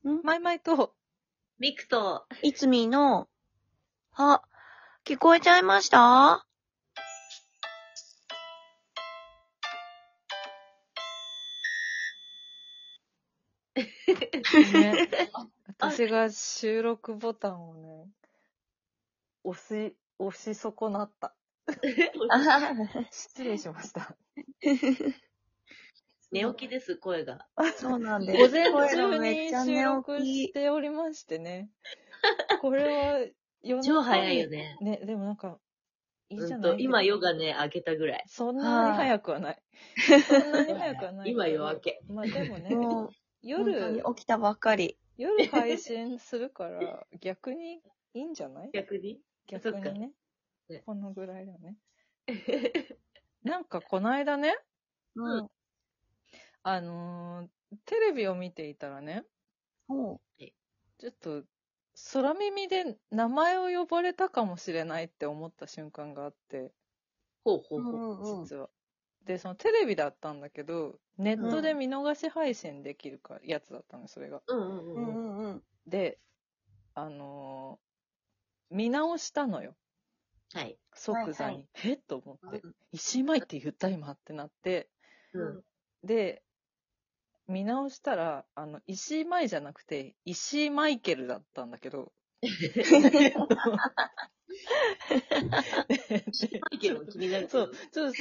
マイマイと、 ミクと、 いつみの、あ、聞こえちゃいましたね、私が収録ボタンをね、押し損なった。失礼しました。 寝起きです、声が。 そうなんです。 午前中声がめっにちゃ寝収録起き。 しておりましてね。これは夜超中に早いよね。 ね、でもなんか、いいじゃない。 今夜がね、明けたぐらい。 そんなに早くはない。そんなに早くはないけど。 今夜明け。 まあでもね、 もう、本当に夜起きたばっかり。 配信するから逆にいいんじゃない？ 逆に逆にね。 ねこのぐらいだね。なんかこの間ね、 うん。 テレビを見ていたらね、 ほちょっと空耳で名前を呼ばれたかもしれないって思った瞬間があって、 ほうほう。 うほう。 うん。 実は。で、そのテレビだったんだけど、ネットで見逃し配信できるやつだったの、それが。 うん。 で、見直したのよ。 はい。 即座に。 はいえっと思って。石井舞って言った今ってなって。で、見直したら、石井舞じゃなくて、石井マイケルだったんだけど。 気になるけど。 そう、ちょっと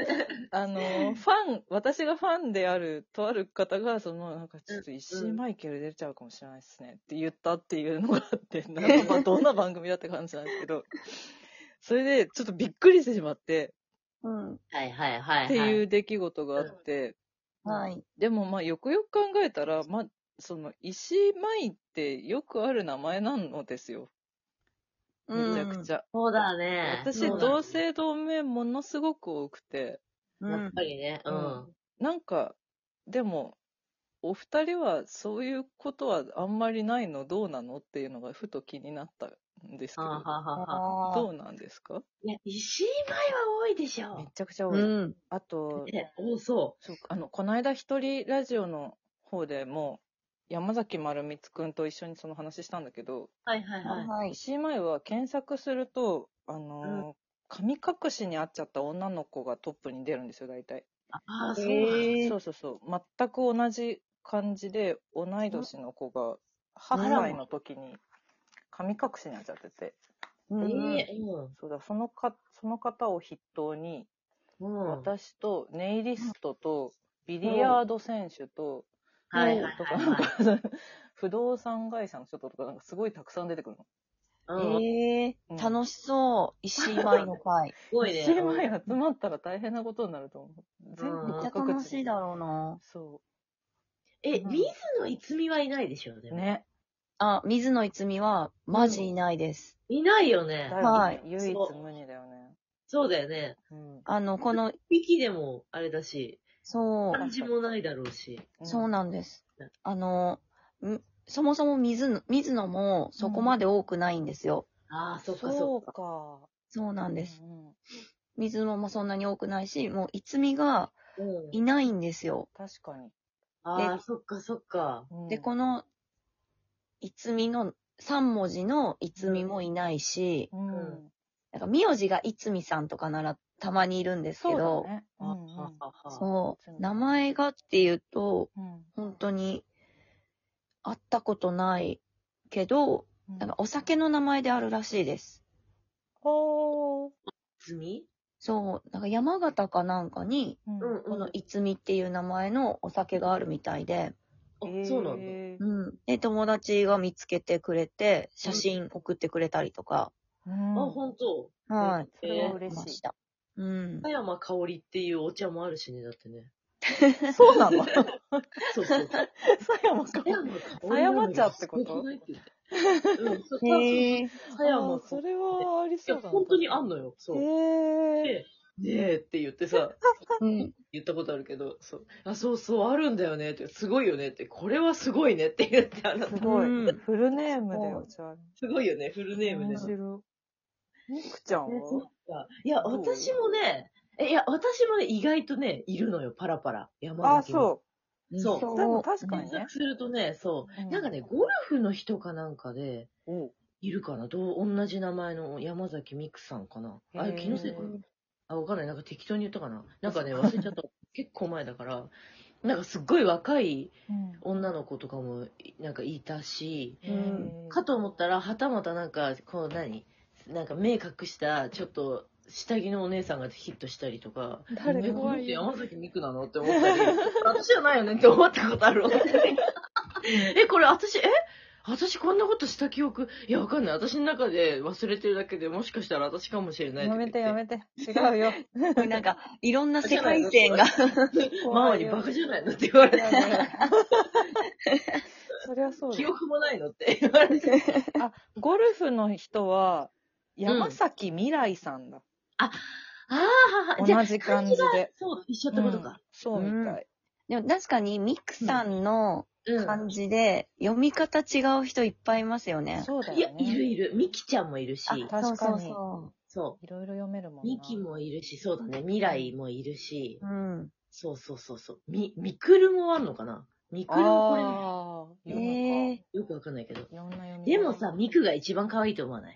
私がファンであるとある方が、なんかちょっと石井マイケル出ちゃうかもしれないですねって言ったっていうのがあって、なんかどんな番組だって感じなんですけど、それでちょっとびっくりしてしまって、っていう出来事があって、 はい。 でもよくよく考えたら、石井舞ってよくある名前なのですよ。めちゃくちゃ。 そうだね。 私、同姓同名ものすごく多くて。 やっぱりね。 なんか、でも、お二人はそういうことはあんまりないのどうなのっていうのがふと気になったんですけど。どうなんですか？ いや、石井舞は多いでしょ。 めちゃくちゃ多い。あと、 そう。 この間一人ラジオの方でも、山崎丸光くんと一緒にその話したんだけど、石井舞は検索すると、神隠しにあっちゃった女の子がトップに出るんですよ、大体。そう。全く同じ感じで、同い年の子が8歳の時に神隠しにあっちゃってて。そうだ、その方を筆頭に、私とネイリストとビリヤード選手と、とかなんか不動産会社の人とかなんかすごいたくさん出てくるの。 楽しそう。石井舞の会。 石井舞集まったら大変なことになると思う。 めっちゃ楽しいだろうな。 そう。 水野いつみはいないでしょうね。 水野いつみはマジいないです。 いないよね。 はい。 唯一無二だよね。 そうだよね。この一匹でもあれだし、 そう。 感じもないだろうし。 そうなんです。そもそも水野もそこまで多くないんですよ。 そうか。 そうなんです。水野もそんなに多くないし、もういつみがいないんですよ。 確かに。 そっか。 で、このいつみの3文字のいつみもいないし、なんか名字がいつみさんとかならたまにいるんですけど、そう、名前がっていうと、本当に会ったことないけど、なんかお酒の名前であるらしいです。 いつみ？ そう、なんか山形かなんかに、このいつみっていう名前のお酒があるみたいで、 そうなんだ。 で、友達が見つけてくれて、写真送ってくれたりとか。 本当？ はい。 それは嬉しい。 葉山香りっていうお茶もあるしね、だってね。 そうなの？ そう。 狭山茶ってこと？それはありそうだね。 本当にあんのよ。そう。ねえって言ってさ、言ったことあるけど、そう、あるんだよねって、すごいよねって、これはすごいねって言って、 すごい。フルネームでお茶。 すごいよね、フルネームで。 面白い。みくちゃんはいや、私もね、意外とね、いるのよ、パラパラ。山崎そう。 そう。 多分確かにね。 検索するとね、そう。なんかね、ゴルフの人かなんかで、いるかな同じ名前の山崎美久さんかなあれ、気のせいかなわかんない。なんか適当に言ったかななんかね、忘れちゃった。結構前だから、なんかすっごい若い女の子とかもなんかいたし、かと思ったら、はたまたなんか、なんか目隠したちょっと下着のお姉さんがヒットしたりとか、 誰がこの人山崎美久なのって思ったり、私じゃないよねって思ったことある。これ私こんなことした記憶、いや、わかんない。私の中で忘れてるだけでもしかしたら私かもしれない。 やめて。違うよ。 なんか、いろんな世界線が。 ママにバカじゃないのって言われて。 そりゃそうだ。 記憶もないのって言われて。 ゴルフの人は、山崎未来さんだ。同じ感じで。 そう、一緒ってことか。 そうみたい。 でも確かに、ミクさんの感じで、読み方違う人いっぱいいますよね。 そうだよね。 いや、いる。ミキちゃんもいるし。 確かに。 そう。 いろいろ読めるもんな。ミキもいるし、そうだね。未来もいるし。そう。ミクルもあんのかなミクルもこれ。よくわかんないけど。でもさ、ミクが一番可愛いと思わない？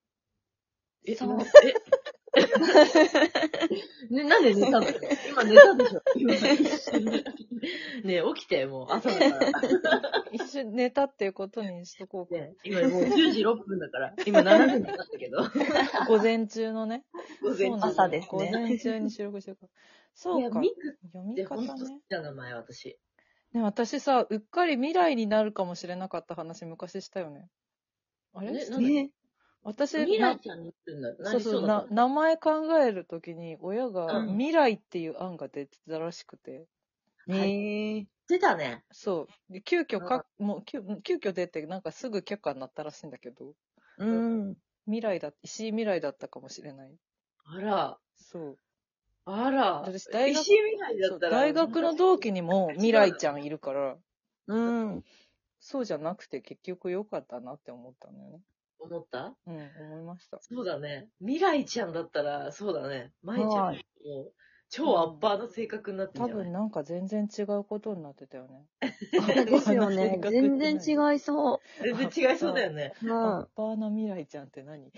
なんで寝たの？今寝たでしょ？ねえ、起きて、もう朝だから。 一瞬寝たっていうことにしとこうか。 今もう10時6分だから。今7分になったけど。 午前中のね。 朝ですね。 午前中に収録してるから。そうか。 ミクって本当好きな名前、私。 ね、私さ、うっかり未来になるかもしれなかった話昔したよね。あれ？私、 未来ちゃんに言ってんだ。そう、 名前考えるときに、親が未来っていう案が出てたらしくて。 出たね。 そう。で急遽出て、なんかすぐ却下になったらしいんだけど。石井未来だったかもしれない。 あら。 そう。 私石井未来だったら。 大学の同期にも未来ちゃんいるから。そうじゃなくて結局良かったなって思ったんだよね。 思った？ 思いました。 そうだね。未来ちゃんだったら、そうだね。舞ちゃんも超アッパーな性格になってるんじゃない？ 多分なんか全然違うことになってたよね。 ですよね。全然違いそう。 全然違いそうだよね。 アッパーな未来ちゃんって何？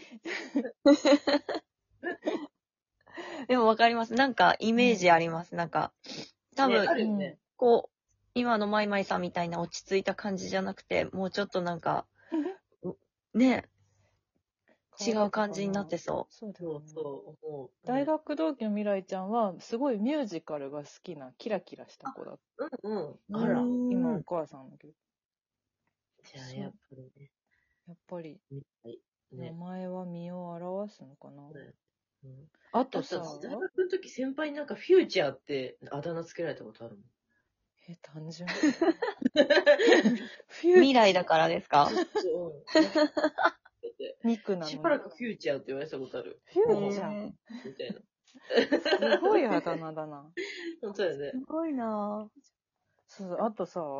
でもわかります。なんかイメージあります。なんか、多分、こう、今のマイマイさんみたいな落ち着いた感じじゃなくて、もうちょっとなんか、ね、違う感じになってそう。 そう。 大学同期の未来ちゃんは、すごいミュージカルが好きな、キラキラした子だった。 あら。 今お母さんだけど。 じゃあ、やっぱりね。 やっぱり、名前は身を表すのかな。あとさ、 大学の時先輩になんかフューチャーってあだ名つけられたことあるもん。 単純。 未来だからですか？ ミクなの。 しばらくフューチャーって言われたことある。 フューチャーみたいな。すごいあだ名だな。 本当だよね。 すごいなそう、あとさ、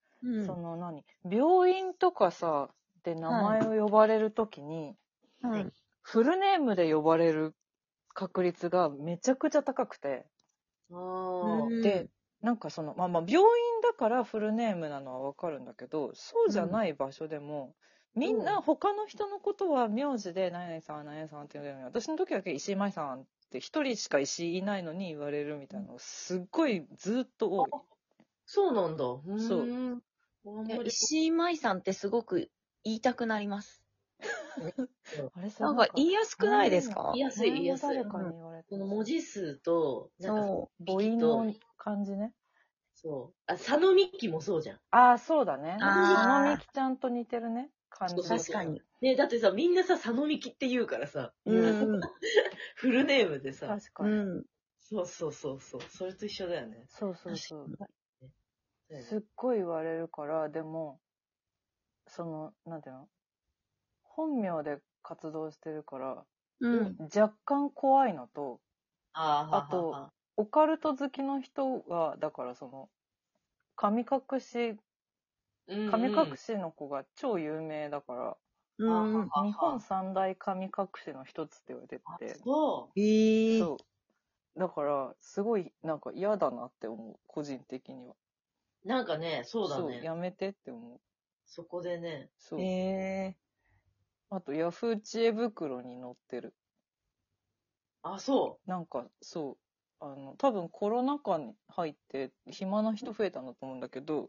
病院とかさ、で名前を呼ばれるときに、フルネームで呼ばれる確率がめちゃくちゃ高くて。で、なんか病院だからフルネームなのはわかるんだけど、そうじゃない場所でも、みんな他の人のことは名字で何々さん、何々さんって言うんだよね。私の時だけ石井舞さんって一人しか石井いないのに言われるみたいなのすっごいずっと多い。 そうなんだ。 そう。 石井舞さんってすごく言いたくなります。なんか言いやすくないですか？ 言いやすい。 誰かに言われて。 この文字数と、 母音の感じね。 そう。佐野美希もそうじゃん。 そうだね。佐野美希ちゃんと似てるね。感じ。 確かに。 ね、だってさ、みんなさ、佐野美希って言うからさ。フルネームでさ。 確かに。 そう。それと一緒だよね。 そう。すっごい言われるから、でも、なんていうの？本名で活動してるから、若干怖いのと、あと、オカルト好きの人が、だから神隠しの子が超有名だから、日本三大神隠しの一つって言われてて、そう。だから、すごいなんか嫌だなって思う、個人的には。 なんかね、そうだそう、 ね。 やめてって思う。 そこでね。 そう。あと、ヤフー知恵袋に載ってる。 あ、そなんか、そう。多分コロナ禍に入って暇な人増えたんだと思うんだけど、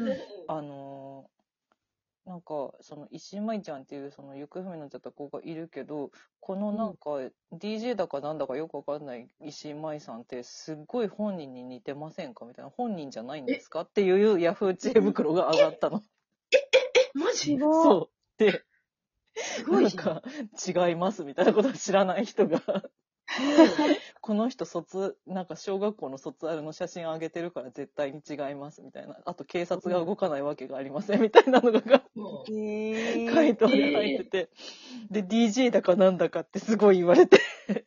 なんか、その石井舞ちゃんっていうその行方不明になっちゃった子がいるけど、このなんか、DJ だかなんだかよくわかんない石井舞さんってすっごい本人に似てませんかみたいな、本人じゃないんですかっていうヤフー知恵袋が上がったの。 マジそう。で、 すごいなんか、違いますみたいなことを知らない人がこの人なんか小学校の卒アルの写真あげてるから絶対に違いますみたいな。あと警察が動かないわけがありませんみたいなのが回答で入ってて。で、DJ だかなんだかってすごい言われて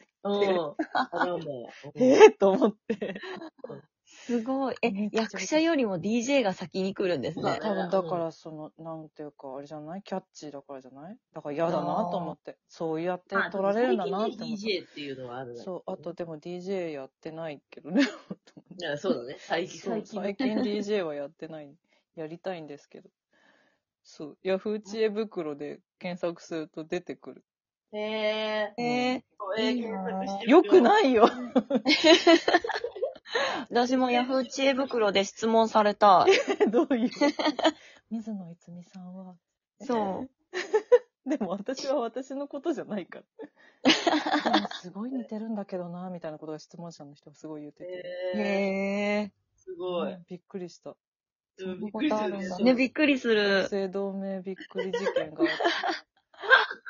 と思って。 すごい。役者よりも DJ が先に来るんですね。 多分だからなんていうか、あれじゃない？キャッチーだからじゃない？だから嫌だなと思って。そうやって取られるんだなって思って。 DJ っていうのはあるね。 そう、あとでも DJ やってないけどね。 いや、そうだね。最近 DJ はやってない。やりたいんですけど。そう、ヤフー知恵袋で検索すると出てくる。よくないよ。 私もヤフー知恵袋で質問された。 どういう水野いつみさんは。 そう。 でも私は私のことじゃないから。でもすごい似てるんだけどな、みたいなことが質問者の人がすごい言ってて。すごい。 びっくりした。 そんなことあるんだね、びっくりする。 学生同盟びっくり事件があった。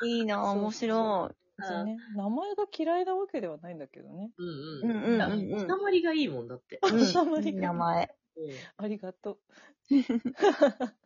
いいな、面白い。 別にね、名前が嫌いなわけではないんだけどね。 収まりがいいもんだって。 収まりがいい名前。 ありがとう。